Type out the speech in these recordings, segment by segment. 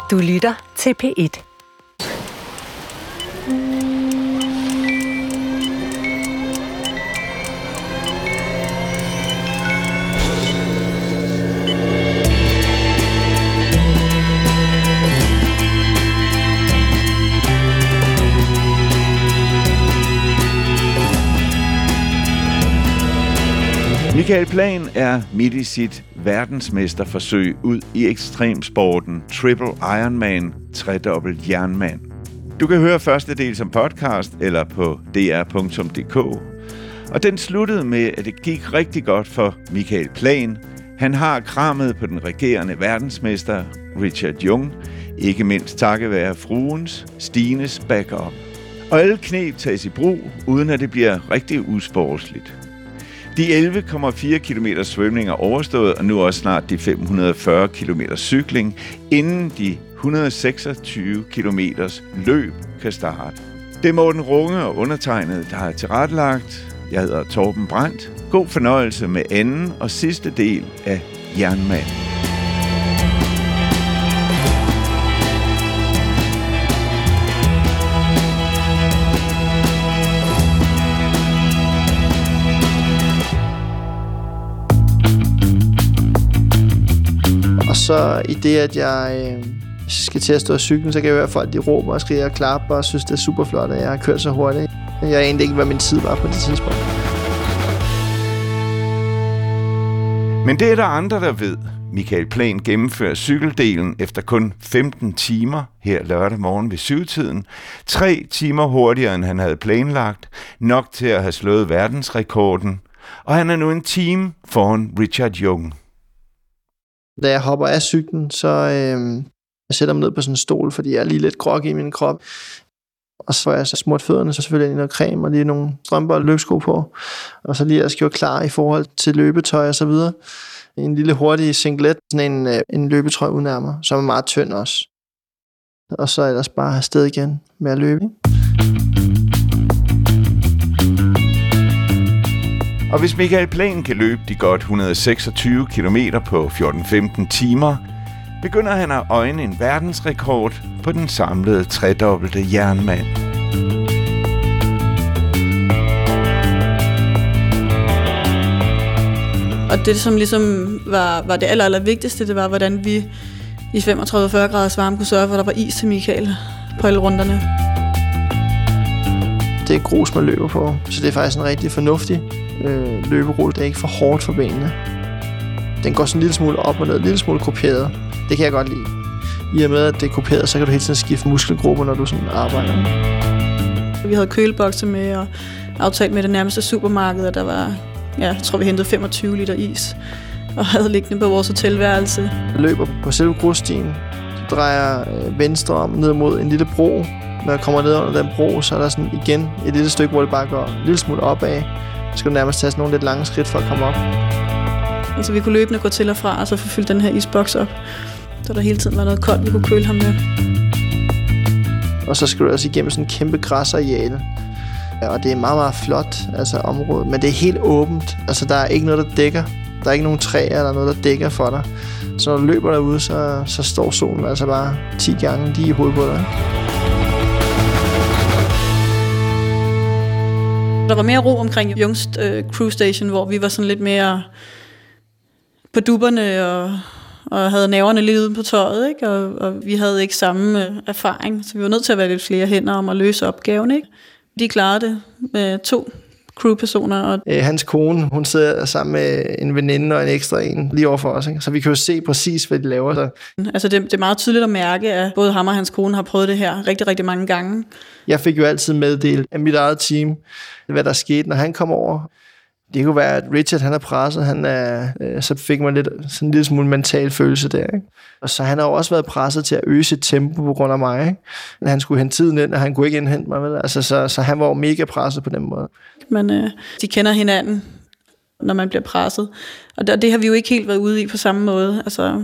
Du lytter til P1. Michael Plain er midt i sit verdensmesterforsøg ud i ekstremsporten Triple Ironman, tredobbelt jernmand. Du kan høre første del som podcast eller på dr.dk. Og den sluttede med, at det gik rigtig godt for Michael Plain. Han har krammet på den regerende verdensmester Richard Jung, ikke mindst takket være fruens, Stines backup. Og alle kneb tages i brug, uden at det bliver rigtig usportsligt. De 11,4 km svømning er overstået, og nu også snart de 540 km cykling, inden de 126 km løb kan starte. Det er Morten Runge og undertegnet, der har tilrettelagt. Jeg hedder Torben Brandt. God fornøjelse med anden og sidste del af Jernmand. Og så i det, at jeg skal til at stå af cyklen, så kan jeg høre folk, de råber og skriger og klapper og synes, det er super flot, at jeg har kørt så hurtigt. Jeg anede ikke, hvad min tid var på det tidspunkt. Men det er der andre, der ved. Michael Plain gennemfører cykeldelen efter kun 15 timer her lørdag morgen ved 7-tiden. 3 timer hurtigere, end han havde planlagt. Nok til at have slået verdensrekorden. Og han er nu en time foran Richard Jung. Da jeg hopper af cyklen, så jeg sætter mig ned på sådan en stol, fordi jeg er lige lidt groggy i min krop. Og så får jeg så smurt fødderne, så selvfølgelig noget creme og lige nogle strømper og løbesko på. Og så lige at gjort klar i forhold til løbetøj og så videre. En lille hurtig singlet, sådan en løbetrøj udnærmer, som er meget tynd også. Og så ellers bare afsted igen med at løbe. Og hvis Michael Plain kan løbe de godt 126 km på 14-15 timer, begynder han at øjne en verdensrekord på den samlede tredobbelte jernmand. Og det, som ligesom var det aller vigtigste, det var, hvordan vi i 35-40 graders varme kunne sørge for, at der var is til Michael på alle runderne. Det er grus, man løber på, så det er faktisk en rigtig fornuftig løberute. Det er ikke for hårdt for benene. Den går sådan en lille smule op og ned, en lille smule grupperet. Det kan jeg godt lide. I og med, at det er grupperet, så kan du hele tiden skifte muskelgrupper, når du sådan arbejder. Vi havde kølebokse med og aftalt med det nærmeste supermarked, og der var, jeg tror vi hentede 25 liter is og havde liggende på vores hotelværelse. Jeg løber på selve grusstien, drejer venstre om ned mod en lille bro. Når jeg kommer ned under den bro, så er der sådan igen et lille stykke, hvor det bare går en lille smule opad. Så skal du nærmest tage sådan nogle lidt lange skridt for at komme op. Altså vi kunne løbende gå til og fra, og så få fyldt den her isboks op. Så der hele tiden var noget koldt, vi kunne køle ham med. Og så skal du også igennem sådan en kæmpe græsareal. Og det er meget, meget flot altså område, men det er helt åbent. Altså der er ikke noget, der dækker. Der er ikke nogen træer eller noget, der dækker for dig. Så når du løber derude, så står solen altså bare 10 gange lige i hovedet på dig. Der var mere ro omkring Jungs Crew Station, hvor vi var sådan lidt mere på dupperne og havde nerverne lidt uden på tøjet, ikke? Og vi havde ikke samme erfaring, så vi var nødt til at være lidt flere hænder om at løse opgaven, ikke? De klarede det med 2 crewpersoner. Og hans kone, hun sidder sammen med en veninde og en ekstra en lige overfor os, ikke? Så vi kan jo se præcis, hvad de laver. Så. Altså det er meget tydeligt at mærke, at både ham og hans kone har prøvet det her rigtig, rigtig mange gange. Jeg fik jo altid meddelt af mit eget team, hvad der skete, når han kom over. Det kunne være, at Richard han er presset, så fik man sådan en lille smule mental følelse der. Ikke? Og så han har jo også været presset til at øge sit tempo på grund af mig. Ikke? Han skulle hente tiden ind, og han kunne ikke indhente mig. Vel? Altså, så han var jo mega presset på den måde. Men de kender hinanden, når man bliver presset. Og det har vi jo ikke helt været ude i på samme måde.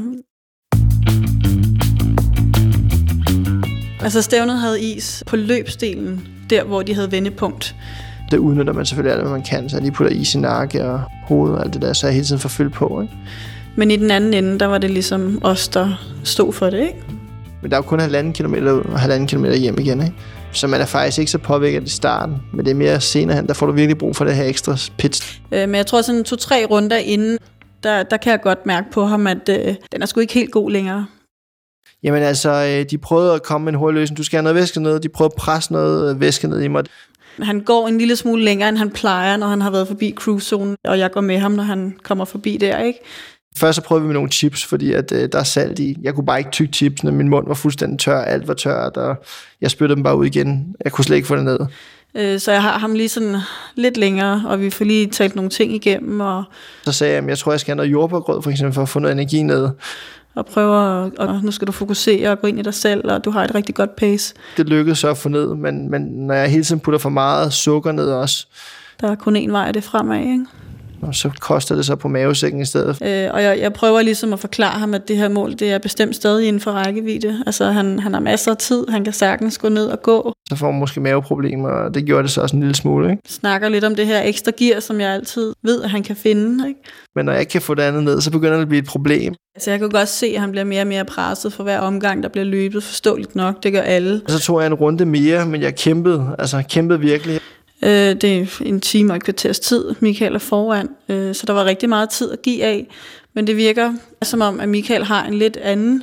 Altså stævnet havde is på løbsdelen, der hvor de havde vendepunkt. Det udnytter man selvfølgelig alt, hvad man kan, så lige putter is i nakke og hoved og alt det der, så jeg hele tiden får fyldt på. Ikke? Men i den anden ende, der var det ligesom os, der stod for det, ikke? Men der er jo kun 1,5 kilometer ud og 1,5 kilometer hjem igen, ikke? Så man er faktisk ikke så påvirket i starten, men det er mere senere hen, der får du virkelig brug for det her ekstra pit. Men jeg tror sådan 2-3 runder inden, der kan jeg godt mærke på ham, at den er sgu ikke helt god længere. Jamen altså, de prøvede at komme med en hurtig løsning. Du skal have noget væske ned, de prøvede at presse noget væske ned i mig. Han går en lille smule længere, end han plejer, når han har været forbi cruise-zonen, og jeg går med ham, når han kommer forbi der, ikke? Først så prøvede vi med nogle chips, fordi at, der er salt i. Jeg kunne bare ikke tygge chipsene, min mund var fuldstændig tør, alt var tørt, og jeg spyttede dem bare ud igen. Jeg kunne slet ikke få det ned. Så jeg har ham lige sådan lidt længere, og vi får lige talt nogle ting igennem. Og så sagde jeg, at jeg tror, jeg skal have noget jordbærgrød, for eksempel, for at få noget energi ned. Og prøver, og nu skal du fokusere og gå ind i dig selv, og du har et rigtig godt pace. Det lykkedes så at få ned, men når jeg hele tiden putter for meget sukker ned også. Der er kun én vej, det fremad, ikke? Og så koster det så på mavesækken i stedet. Og jeg prøver ligesom at forklare ham, at det her mål, det er bestemt stadig inden for rækkevidde. Altså han har masser af tid, han kan sagtens gå ned og gå. Så får man måske maveproblemer, og det gjorde det så også en lille smule, ikke? Snakker lidt om det her ekstra gear, som jeg altid ved, at han kan finde, ikke? Men når jeg ikke kan få det andet ned, så begynder det at blive et problem. Altså jeg kan godt se, at han bliver mere og mere presset for hver omgang, der bliver løbet, forståeligt nok. Det gør alle. Og så tog jeg en runde mere, men jeg kæmpede virkelig. Det er 1 time og et kvarters tid, Michael er foran, så der var rigtig meget tid at give af. Men det virker som om, at Michael har en lidt anden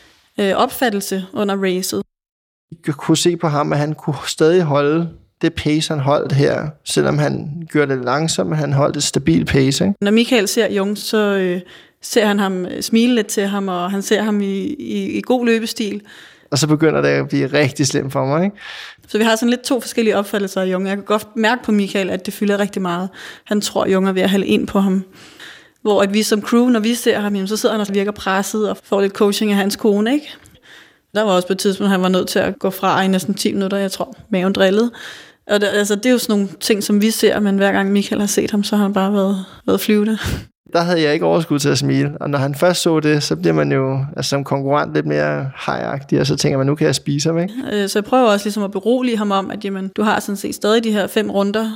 opfattelse under racet. Jeg kunne se på ham, at han kunne stadig holde det pace, han holdt her, selvom han gjorde det langsomt, men han holdt et stabilt pace, ikke? Når Michael ser Jung, så ser han ham smile lidt til ham, og han ser ham i god løbestil. Og så begynder det at blive rigtig slemt for mig, ikke? Så vi har sådan lidt 2 forskellige opfattelser af Jung. Jeg kan godt mærke på Michael, at det fylder rigtig meget. Han tror, Jung er ved at hælde ind på ham. Hvor at vi som crew, når vi ser ham, så sidder han og virker presset og får lidt coaching af hans kone, ikke? Der var også på et tidspunkt, han var nødt til at gå fra i næsten 10 minutter, jeg tror, maven drillede. Og det er jo sådan nogle ting, som vi ser, men hver gang Michael har set ham, så har han bare været flyvende. Der havde jeg ikke overskud til at smile, og når han først så det, så bliver man jo som konkurrent lidt mere hejagtig, og så tænker man, nu kan jeg spise ham, ikke? Så jeg prøver også ligesom at berolige ham om, at jamen, du har sådan set stadig de her 5 runder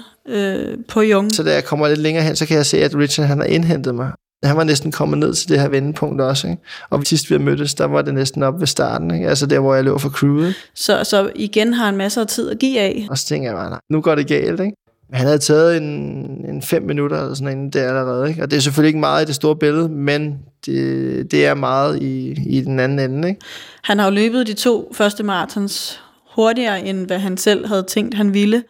på Jung. Så da jeg kommer lidt længere hen, så kan jeg se, at Richard han har indhentet mig. Han var næsten kommet ned til det her vendepunkt også, ikke? Og sidst vi mødtes, der var det næsten op ved starten, ikke? Altså der, hvor jeg lå for crewet. Så igen har han masser af tid at give af. Og så tænker jeg bare, nej, nu går det galt, ikke? Han havde taget en 5 minutter eller sådan en der allerede, ikke? Og det er selvfølgelig ikke meget i det store billede, men det er meget i den anden ende, ikke? Han har jo løbet de 2 første marathons hurtigere, end hvad han selv havde tænkt, han ville.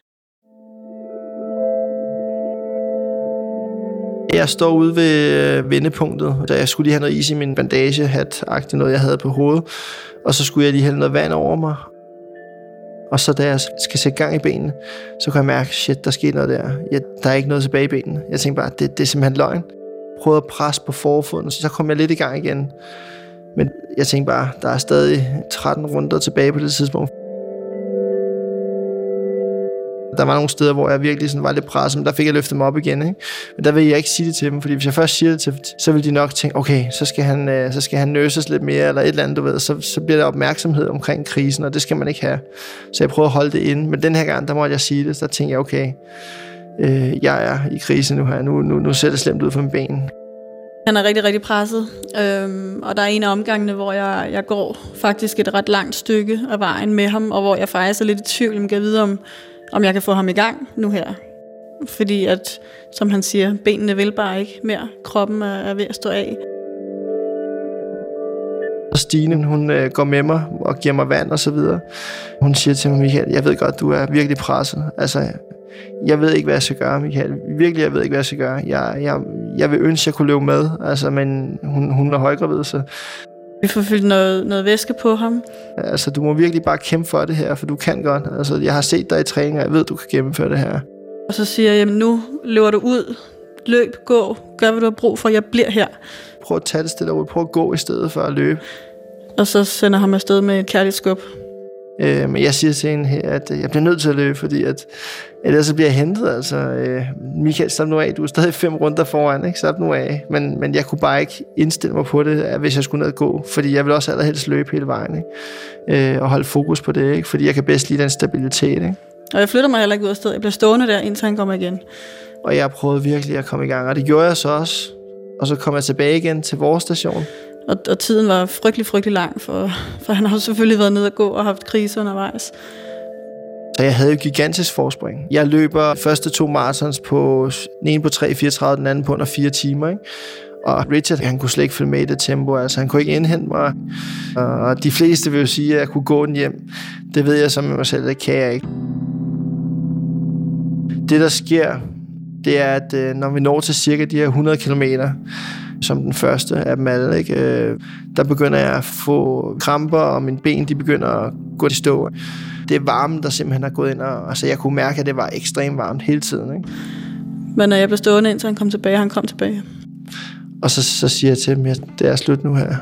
Jeg står ude ved vendepunktet, da jeg skulle lige have noget is i min bandagehat-agtigt noget, jeg havde på hovedet. Og så skulle jeg lige hælde noget vand over mig. Og så da jeg skal sætte gang i benene, så kan jeg mærke, shit, der skete noget der. Der er ikke noget tilbage i benene. Jeg tænkte bare, det er simpelthen løgn. Jeg prøvede at presse på forfoden, så kom jeg lidt i gang igen. Men jeg tænkte bare, der er stadig 13 runder tilbage på det tidspunkt. Der var nogle steder, hvor jeg virkelig sådan var lidt presset, men der fik jeg løftet dem op igen, ikke? Men der vil jeg ikke sige det til dem, fordi hvis jeg først siger det til dem, så vil de nok tænke, okay, så skal han nøses lidt mere, eller et eller andet, du ved, så bliver der opmærksomhed omkring krisen, og det skal man ikke have. Så jeg prøvede at holde det inde, men den her gang, der måtte jeg sige det, så tænkte jeg, okay, jeg er i krise nu her, nu ser det slemt ud for mine ben. Han er rigtig, rigtig presset, og der er en af omgangene, hvor jeg går faktisk et ret langt stykke af vejen med ham, og hvor jeg faktisk er lidt i tvivl, om jeg kan vide, om jeg kan få ham i gang nu her. Fordi at, som han siger, benene vil bare ikke mere. Kroppen er ved at stå af. Stine, hun går med mig og giver mig vand og så videre. Hun siger til mig, Michael, jeg ved godt, du er virkelig presset. Altså, jeg ved ikke, hvad jeg skal gøre, Michael. Virkelig, jeg ved ikke, hvad jeg skal gøre. Jeg vil ønske, jeg kunne løbe med. Altså, men hun er højgravid, så... Vi får fyldt noget væske på ham. Altså, du må virkelig bare kæmpe for det her, for du kan godt. Altså, jeg har set dig i træning, og jeg ved, du kan gennemføre det her. Og så siger jeg, jamen nu løber du ud. Løb, gå, gør hvad du har brug for, jeg bliver her. Prøv at tage det stille ud. Prøv at gå i stedet for at løbe. Og så sender ham afsted med et kærligt skub. Men jeg siger til hende her, at jeg bliver nødt til at løbe, fordi at ellers så bliver jeg hentet. Altså, Michael, slap nu af. Du er stadig 5 runder foran, ikke? Slap nu af. Men jeg kunne bare ikke indstille mig på det, hvis jeg skulle ned og gå. Fordi jeg vil også allerhelst løbe hele vejen, ikke? Og holde fokus på det, ikke? Fordi jeg kan bedst lide den stabilitet, ikke? Og jeg flytter mig heller ikke ud af stedet. Jeg bliver stående der, indtil han kommer igen. Og jeg prøvede virkelig at komme i gang, og det gjorde jeg så også. Og så kom jeg tilbage igen til vores station. Og tiden var frygtelig lang, for han har jo selvfølgelig været nede at gå og haft kriser undervejs. Så jeg havde jo gigantisk forspring. Jeg løber første 2 marathons på den ene på 3:34, den anden på under 4 timer, ikke? Og Richard, han kunne slet ikke følge med i det tempo, altså han kunne ikke indhente mig. Og de fleste vil jo sige, at jeg kunne gå den hjem. Det ved jeg som med mig selv, det kan jeg ikke. Det, der sker, det er, at når vi når til cirka de her 100 kilometer, som den første af dem alle, ikke, der begynder jeg at få kramper, og mine ben de begynder at gå i stå. Det er varmen, der simpelthen har gået ind, og altså, jeg kunne mærke, at det var ekstremt varmt hele tiden. Ikke? Men når jeg blev stående indtil han kom tilbage, Og så siger jeg til dem, at det er slut nu her.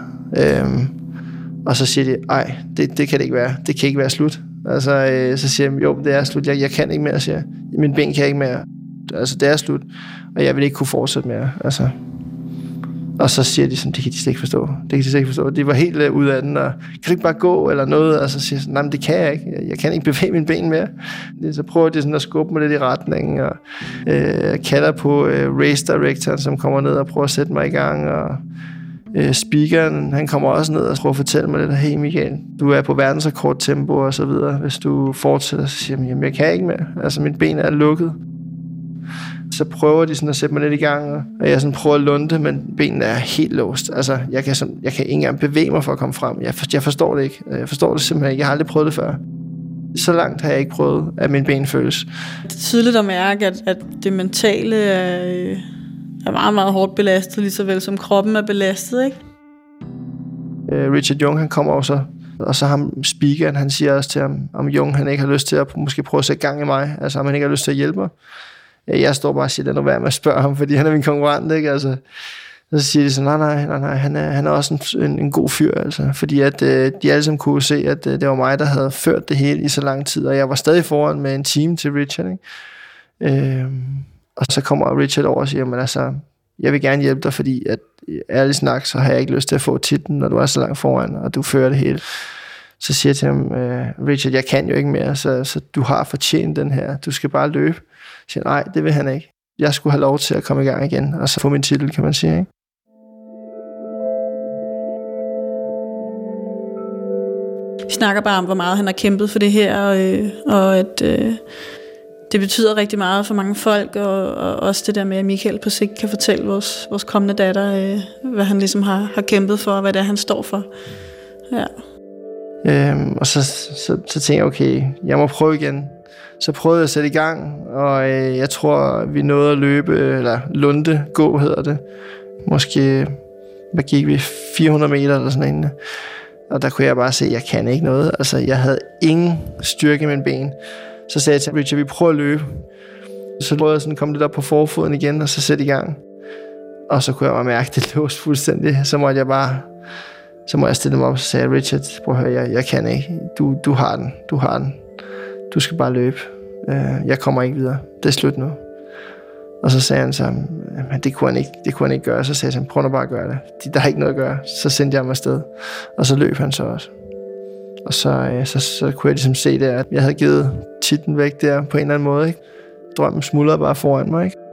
Og så siger de, ej, det kan det ikke være. Det kan ikke være slut. Altså, så siger jeg, jo, det er slut. Jeg kan ikke mere, siger jeg. Mine ben kan ikke mere. Altså, det er slut. Og jeg vil ikke kunne fortsætte mere. Altså. Og så siger de sådan, det kan de slet ikke forstå. De var helt ude af den, og kan du ikke bare gå eller noget? Og så siger jeg sådan, nej, men det kan jeg ikke. Jeg kan ikke bevæge mine ben mere. Så prøver de sådan at skubbe mig lidt i retningen, og kalder på race directoren, som kommer ned og prøver at sætte mig i gang, og speakeren, han kommer også ned og prøver at fortælle mig lidt, hey Michael, du er på verdensrekordtempo og så videre. Hvis du fortsætter, så siger jeg, jamen jeg kan ikke mere. Altså mine ben er lukket. Så prøver de sådan at sætte mig lidt i gang, og jeg sådan prøver at lunde, men benene er helt låst. Altså, jeg kan ikke engang bevæge mig for at komme frem. Jeg forstår det ikke. Jeg forstår det simpelthen ikke. Jeg har aldrig prøvet det før. Så langt har jeg ikke prøvet, at mine ben føles. Det er tydeligt at mærke, at det mentale er meget, meget hårdt belastet, lige så vel som kroppen er belastet, ikke? Richard Jung, han kommer også, og så ham speakeren, han siger også til ham, om Jung, han ikke har lyst til at måske prøve at sætte gang i mig. Altså, om han ikke har lyst til at hjælpe mig. Jeg står bare og siger, lad nu være med at spørge ham, fordi han er min konkurrent, ikke? Altså, så siger de sådan, nej, han er også en god fyr, altså. Fordi at de alle sammen kunne se, at det var mig, der havde ført det hele i så lang tid, og jeg var stadig foran med en team til Richard, ikke? Og så kommer Richard over og siger, men altså, jeg vil gerne hjælpe dig, fordi at ærligt snak, så har jeg ikke lyst til at få titlen, når du er så langt foran, og du fører det hele. Så siger jeg til ham, Richard, jeg kan jo ikke mere, så du har fortjent den her, du skal bare løbe. Jeg siger, nej, det vil han ikke. Jeg skulle have lov til at komme i gang igen, og så få min titel, kan man sige, ikke? Vi snakker bare om, hvor meget han har kæmpet for det her, og at det betyder rigtig meget for mange folk, og også det der med, at Michael på sigt kan fortælle vores kommende datter, hvad han ligesom har kæmpet for, og hvad det er, han står for. Ja. Og så tænkte jeg, okay, jeg må prøve igen. Så prøvede jeg at sætte i gang, og jeg tror, vi nåede at løbe, eller lunde, gå hedder det. Måske, hvad gik vi, 400 meter eller sådan noget. Og der kunne jeg bare se, at jeg kan ikke noget. Altså, jeg havde ingen styrke i mine ben. Så sagde jeg til Richard, vi prøver at løbe. Så prøvede jeg sådan at komme lidt op på forfoden igen, og så sætte i gang. Og så kunne jeg bare mærke, at det låste fuldstændig. Så må jeg stille mig op og sige, Richard, prøv at høre, jeg kan ikke. Du har den. Du skal bare løbe. Jeg kommer ikke videre. Det er slut nu. Og så sagde han så, men det kunne han ikke gøre. Så sagde han, prøv nu bare at gøre det. Der er ikke noget at gøre. Så sendte jeg ham afsted. Og så løb han så også. Og så kunne jeg ligesom se det, at jeg havde givet titlen væk der på en eller anden måde. Ikke? Drømmen smuldrede bare foran mig. Ikke?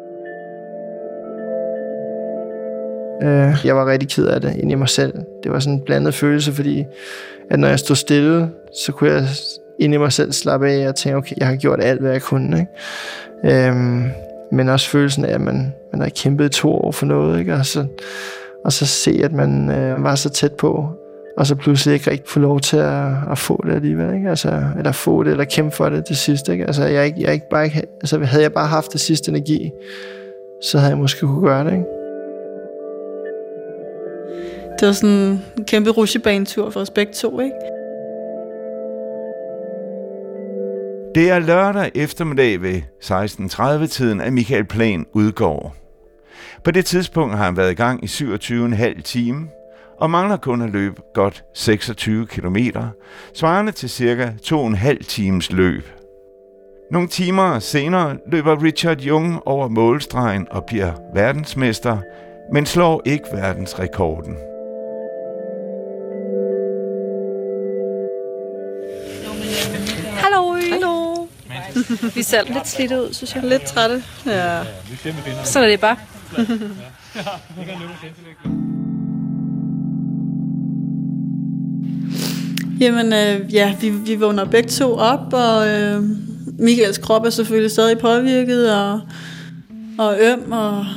Jeg var rigtig ked af det inde i mig selv. Det var sådan en blandet følelse, fordi at når jeg stod stille, så kunne jeg inde i mig selv slappe af og tænke, okay, jeg har gjort alt, hvad jeg kunne. Ikke? Men også følelsen af, at man har kæmpet 2 år for noget. Ikke? Og så se, at man var så tæt på, og så pludselig ikke rigtig få lov til at få det alligevel. Ikke? Altså, eller få det, eller kæmpe for det til sidst. Ikke? Altså, havde jeg bare haft det sidste energi, så havde jeg måske kunne gøre det. Ikke? Det var sådan en kæmpe rutsjebanetur for os begge to, ikke? Det er lørdag eftermiddag ved 16:30-tiden, at Michael Plain udgår. På det tidspunkt har han været i gang i 27,5 timer, og mangler kun at løbe godt 26 kilometer, svarende til cirka 2,5 times løb. Nogle timer senere løber Richard Jung over målstregen og bliver verdensmester, men slår ikke verdensrekorden. Hallo. Vi ser lidt slidt ud, synes jeg. Lidt trætte. Ja. Sådan er det bare. Jamen, vi vågner begge to op, og Michaels krop er selvfølgelig stadig påvirket og øm,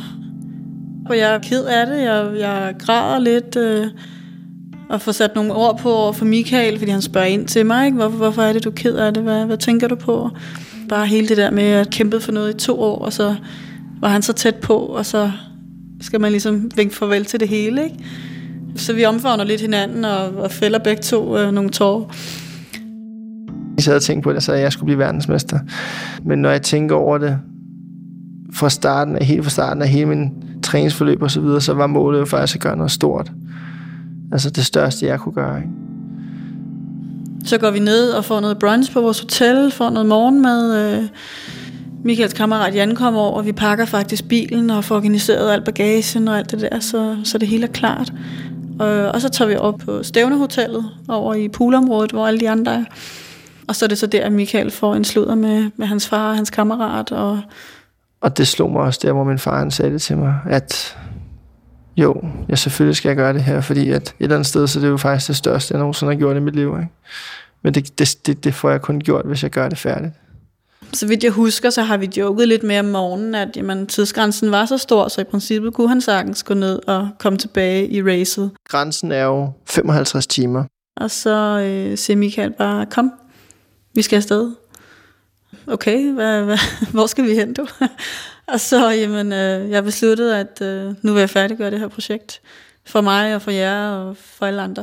og jeg er ked af det. Jeg græder lidt og får sat nogle ord på over for Michael, fordi han spørger ind til mig, ikke? Hvorfor er det, du er ked af det? Hvad tænker du på? Bare hele det der med at kæmpe for noget i 2 år, og så var han så tæt på, og så skal man ligesom vinke farvel til det hele, ikke? Så vi omfavner lidt hinanden og fælder begge to nogle tårer. Jeg sad og tænkte på det, så jeg skulle blive verdensmester. Men når jeg tænker over det fra starten af hele min træningsforløb og så videre, så var målet jo faktisk at gøre noget stort. Altså det største, jeg kunne gøre, ikke? Så går vi ned og får noget brunch på vores hotel, får noget morgenmad. Michaels kammerat Jan kommer over, og vi pakker faktisk bilen og får organiseret alt bagagen og alt det der, så det hele er klart. Og så tager vi op på Stævnehotellet over i poolområdet, hvor alle de andre er. Og så er det så der, at Michael får en sludder med hans far og hans kammerat. Og det slog mig også der, hvor min far han sagde det til mig, at jo, jeg selvfølgelig skal gøre det her, fordi at et eller andet sted, så det er jo faktisk det største, jeg nogensinde har gjort i mit liv, ikke? Men det får jeg kun gjort, hvis jeg gør det færdigt. Så vidt jeg husker, så har vi joket lidt mere om morgenen, at jamen, tidsgrænsen var så stor, så i princippet kunne han sagtens gå ned og komme tilbage i racet. Grænsen er jo 55 timer. Og så siger Michael bare, kom, vi skal afsted. Okay, hvor skal vi hen, du? Og så, jamen, jeg besluttede, at nu vil jeg færdiggøre det her projekt. For mig og for jer og for alle andre.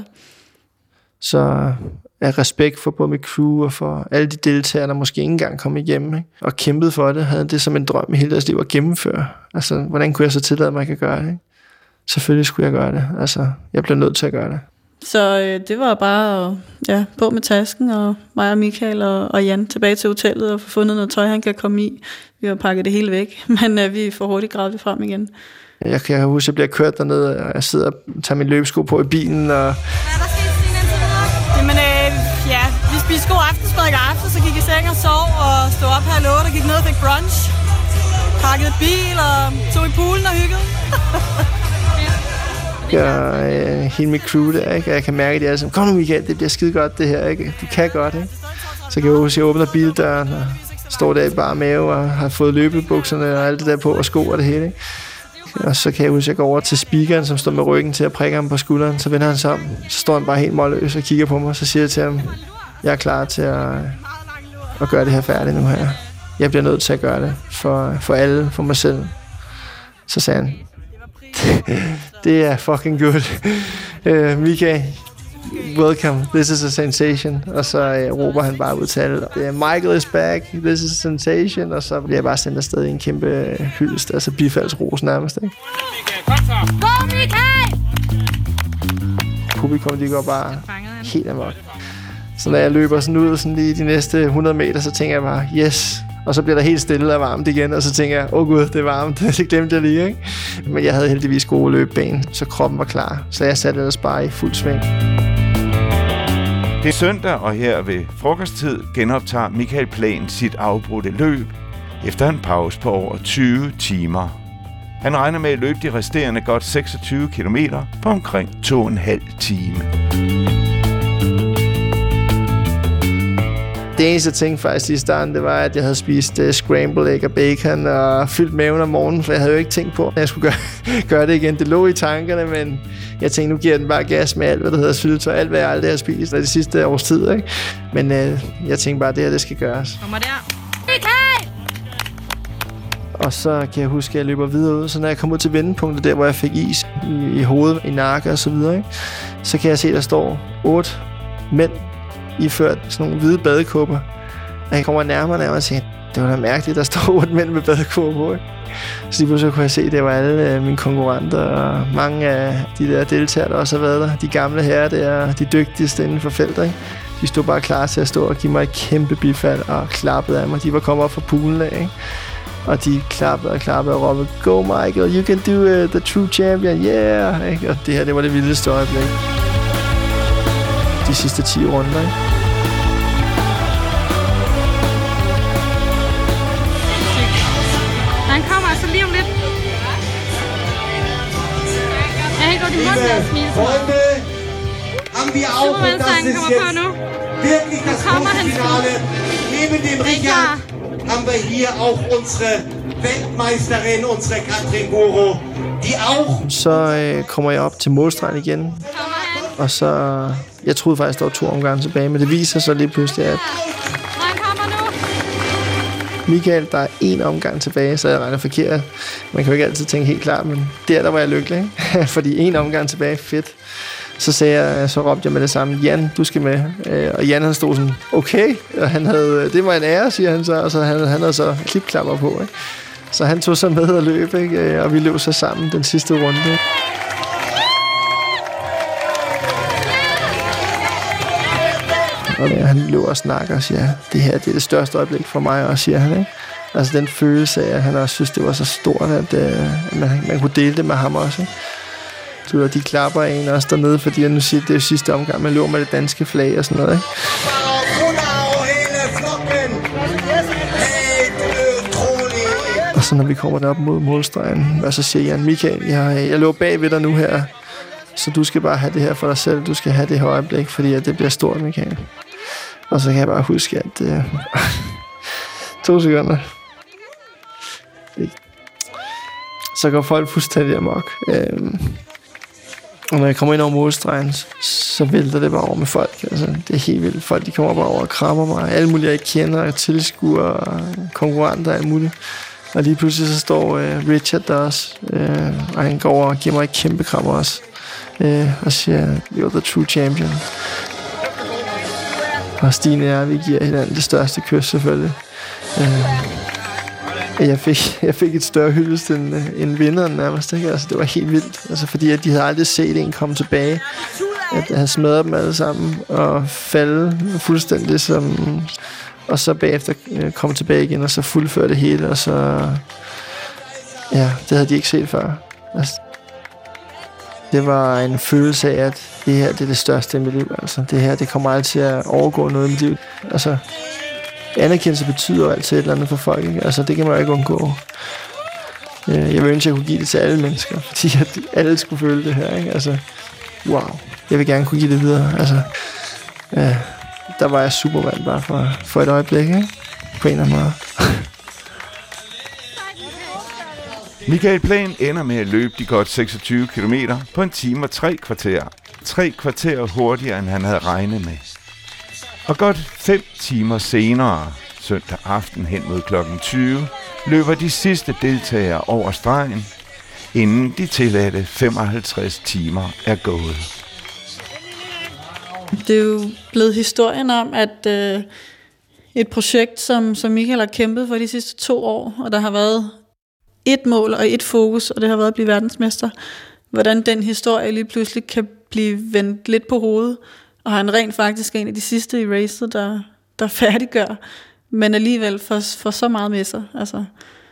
Så af respekt for både mit crew og for alle de deltagere, der måske ikke engang kom igennem, ikke? Og kæmpede for det, havde det som en drøm i hele deres liv at gennemføre. Altså, hvordan kunne jeg så tillade mig, at jeg kan gøre det? Ikke? Selvfølgelig skulle jeg gøre det. Altså, jeg blev nødt til at gøre det. Så det var bare på med tasken, og mig og Michael og Jan tilbage til hotellet og få fundet noget tøj, han kan komme i. Vi har pakket det hele væk, men vi får hurtigt gravet det frem igen. Jeg kan huske, at jeg bliver kørt dernede, og jeg sidder og tager min løbesko på i bilen. Og jamen, vi spiste god aftensmad i aften, så gik i seng og sov, og stod op her og gik ned og fik brunch. Pakkede bil og tog i poolen og hyggede. Og hele mit crew der, ikke? Og jeg kan mærke, at de er sådan, kom nu Michael, det bliver skide godt det her, ikke? Du kan godt, ikke? Så kan jeg huske, at jeg åbner bildøren og står der i bare mave og har fået løbebukserne og alt det der på og sko og det hele, ikke? Og så kan jeg huske, at jeg går over til speakeren, som står med ryggen til at prikke ham på skulderen. Så vender han sig om, så står han bare helt målløs og kigger på mig, og så siger jeg til ham, jeg er klar til at gøre det her færdigt nu her. Jeg bliver nødt til at gøre det for alle, for mig selv. Så sagde han, det er fucking good. Mika, welcome, this is a sensation. Og så råber han bare ud til alle, Michael is back, this is a sensation. Og så bliver jeg bare sendt afsted i en kæmpe hyldest, altså bifaldsros nærmest, ikke? Go, Michael! Publikum, de går bare helt amok. Så når jeg løber sådan ud sådan lige de næste 100 meter, så tænker jeg bare, yes. Og så bliver der helt stille og varmt igen, og så tænker jeg, gud, det er varmt, det glemte jeg lige, ikke? Men jeg havde heldigvis gode løbeben, så kroppen var klar. Så jeg satte ellers bare i fuld sving. Det er søndag, og her ved frokosttid genoptager Michael Plaen sit afbrudte løb efter en pause på over 20 timer. Han regner med at løbe de resterende godt 26 kilometer på omkring 2,5 time. Det eneste ting faktisk i starten, det var, at jeg havde spist scrambled egg og bacon og fyldt maven om morgenen, for jeg havde jo ikke tænkt på, at jeg skulle gøre det igen. Det lå i tankerne, men jeg tænkte, nu giver den bare gas med alt, hvad der hedder syltetøj, alt hvad jeg aldrig har spist de sidste års tid, ikke? Men jeg tænkte bare, at det her, det skal gøres. Kommer der. Okay! Og så kan jeg huske, at jeg løber videre ud, så når jeg kom ud til vendepunktet, der hvor jeg fik is i hovedet, i nakke og så videre, ikke? Så kan jeg se, at der står 8 mænd iført sådan nogle hvide badekåber. Og jeg kommer nærmere og siger, det var da mærkeligt, der står 8 mænd med badekåber på, ikke? Så lige pludselig kunne jeg se, at det var alle mine konkurrenter og mange af de der deltagere, der også har været der. De gamle herrer der, de dygtigste inden for felter, ikke? De stod bare klar til at stå og give mig et kæmpe bifald og klappede af mig. De var kommet op fra poolen af, ikke? Og de klappede og råbede, go Michael, you can do the true champion, yeah! Ikke? Og det her, det var det vildeste øjeblik. De sidste 10 runder, ikke? Han kommer altså lige om lidt. Jeg har ikke godt i munden at smile. Freunde, am wir auch, und das ist jetzt wirklich das große Finale. Neben dem Richard haben wir hier auch unsere Weltmeisterin, unsere Katrin Goro, die auch... Så kommer jeg op til målstregen igen, og så... Jeg troede faktisk, der var 2 omgange tilbage, men det viser sig lige pludselig, at Michael, der er 1 omgang tilbage, så jeg regner forkert. Man kan jo ikke altid tænke helt klart, men der var jeg lykkelig, ikke? Fordi 1 omgang tilbage, fedt. Så råbte jeg med det samme, Jan, du skal med. Og Jan, han stod sådan, okay. Og han havde, det var en ære, siger han så, og så han havde så klipklapper på, ikke? Så han tog så med og løb, ikke? Og vi løb så sammen den sidste runde. Og han løber og snakker og siger, det her det er det største øjeblik for mig, og siger han, ikke? Altså den følelse af, at han også synes, det var så stort, at man kunne dele det med ham også, ikke? Så de klapper en også dernede, fordi han nu siger, det er sidste omgang, man løber med det danske flag og sådan noget, ikke? Og så når vi kommer derop mod målstregen, og så siger Jan, Michael, jeg løber bag ved dig nu her, så du skal bare have det her for dig selv, du skal have det her øjeblik, fordi at det bliver stort, Michael. Og så kan jeg bare huske, at 2 sekunder. Så går folk fuldstændig amok. Og når jeg kommer ind over målstregen, så vælter det bare over med folk. Altså, det er helt vildt. Folk de kommer bare over og krammer mig. Alle mulige, jeg ikke kender, tilskuere, konkurrenter og alt muligt. Og lige pludselig så står Richard der også. Og han går over og giver mig et kæmpe kram også. Og siger, you're the true champion. Og Stine og jeg, vi giver hinanden det største kys selvfølgelig. Jeg fik et større hyldest end vinderen nærmest, ikke? Altså, det var helt vildt, altså, fordi at de havde aldrig set en komme tilbage, at have smadret dem alle sammen og falde fuldstændig som, og så bagefter komme tilbage igen og så fuldføre det hele, og så ja, det havde de ikke set før. Altså, det var en følelse af, at det her det er det største i mit liv. Altså, det her det kommer altid til at overgå noget i mit liv. Altså, anerkendelse betyder altid et eller andet for folk, ikke? Altså, det kan man jo ikke undgå. Jeg vil ønske, at jeg kunne give det til alle mennesker, fordi at alle skulle føle det her, ikke? Altså, wow. Jeg vil gerne kunne give det videre. Altså, der var jeg Superman bare for et øjeblik, ikke? På en eller anden måde. Michael Plain ender med at løbe de godt 26 kilometer på 1 time og 3 kvarter. 3 kvarter hurtigere, end han havde regnet med. Og godt 5 timer senere, søndag aften hen mod klokken 20, løber de sidste deltagere over stregen, inden de tilladte 55 timer er gået. Det er jo blevet historien om, at et projekt, som Michael har kæmpet for de sidste 2 år, og der har været et mål og et fokus, og det har været at blive verdensmester. Hvordan den historie lige pludselig kan blive vendt lidt på hovedet, og han rent faktisk er en af de sidste i racet, der færdiggør, men alligevel får så meget med sig. Altså.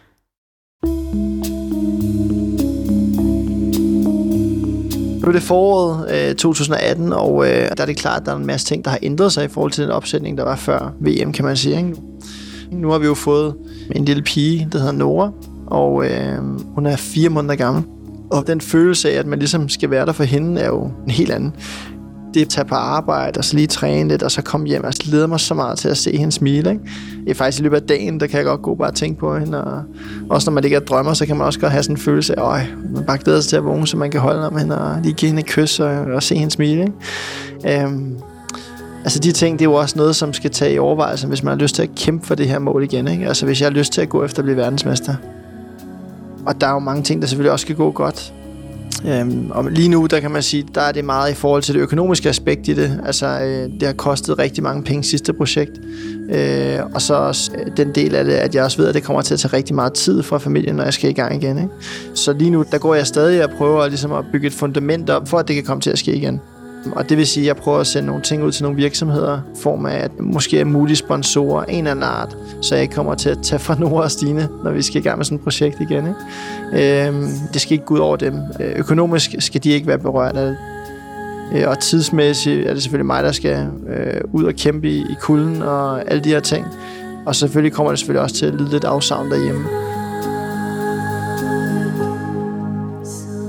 Nu er det foråret 2018, og der er det klart, at der er en masse ting, der har ændret sig i forhold til den opsætning, der var før VM, kan man sige, ikke? Nu har vi jo fået en lille pige, der hedder Nora, og hun er 4 måneder gammel. Og den følelse af, at man ligesom skal være der for hende, er jo en helt anden. Det at tage på arbejde, og så lige træne lidt, og så komme hjem. Jeg glæder mig så meget til at se hende smile, ikke? Det er faktisk i løbet af dagen, der kan jeg godt gå bare og tænke på hende. Og også når man ligger og drømmer, så kan man også godt have sådan en følelse af, man bare glæder sig til at vågne, så man kan holde om hende og lige give hende et kys og se hende smile, ikke? Altså de ting, det er jo også noget, som skal tage i overvejelse, hvis man har lyst til at kæmpe for det her mål igen, ikke? Altså hvis jeg har lyst til at gå efter at blive verdensmester. Og der er jo mange ting, der selvfølgelig også skal gå godt. Og lige nu, der kan man sige, der er det meget i forhold til det økonomiske aspekt i det. Altså, det har kostet rigtig mange penge sidste projekt. Og så også den del af det, at jeg også ved, at det kommer til at tage rigtig meget tid fra familien, når jeg skal i gang igen, ikke? Så lige nu, der går jeg stadig og prøver ligesom at bygge et fundament op, for at det kan komme til at ske igen. Og det vil sige, at jeg prøver at sende nogle ting ud til nogle virksomheder, i form af, at måske er mulige sponsorer, en eller anden art, så jeg ikke kommer til at tage fra Nora og Stine, når vi skal i gang med sådan et projekt igen, ikke? Det skal ikke gå ud over dem. Økonomisk skal de ikke være berørt af det. Og tidsmæssigt er det selvfølgelig mig, der skal ud og kæmpe i kulden og alle de her ting. Og selvfølgelig kommer det selvfølgelig også til at lide lidt afsavn derhjemme.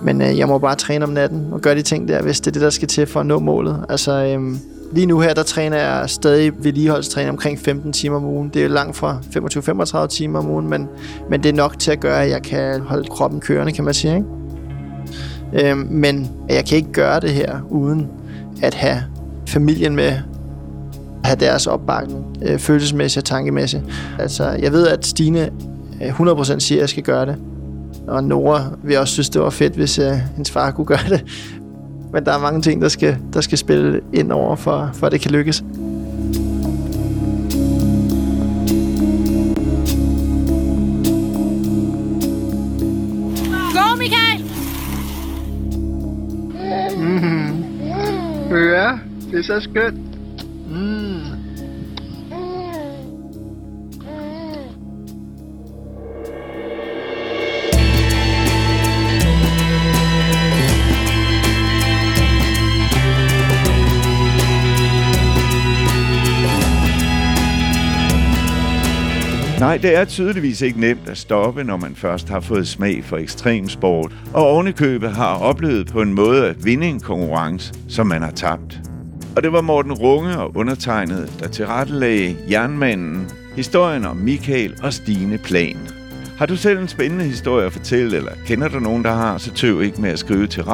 Men jeg må bare træne om natten og gøre de ting der, hvis det er det, der skal til for at nå målet. Altså, lige nu her, der træner jeg stadig vedligeholdstræning omkring 15 timer om ugen. Det er langt fra 25-35 timer om ugen, men det er nok til at gøre, at jeg kan holde kroppen kørende, kan man sige, ikke? Men jeg kan ikke gøre det her, uden at have familien med, have deres opbakning, følelsesmæssigt og tankemæssigt. Altså, jeg ved, at Stine 100% siger, at jeg skal gøre det. Og Nora vil også synes, det var fedt, hvis hendes far kunne gøre det. Men der er mange ting, der skal spille ind over, for at det kan lykkes. Go, Michael! Ja, det er så skønt. Nej, det er tydeligvis ikke nemt at stoppe, når man først har fået smag for ekstremsport, og ovenikøbet har oplevet på en måde at vinde en konkurrence, som man har tabt. Og det var Morten Runge og undertegnet, der tilrettelagde Jernmanden, historien om Michael og Stine Plan. Har du selv en spændende historie at fortælle, eller kender du nogen, der har, så tøv ikke med at skrive til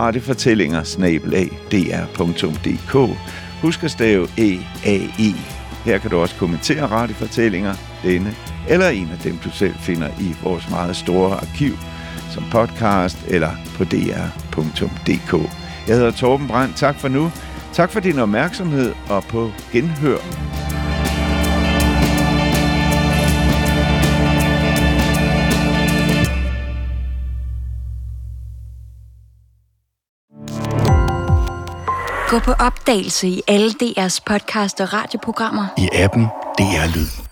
radiofortællinger@dr.dk. Husk at stave EAE. Her kan du også kommentere radiofortællinger, denne eller en af dem, du selv finder i vores meget store arkiv, som podcast eller på dr.dk. Jeg hedder Torben Brandt. Tak for nu. Tak for din opmærksomhed og på genhør. Gå på opdagelse i alle DR's podcast og radioprogrammer. I appen DR Lyd.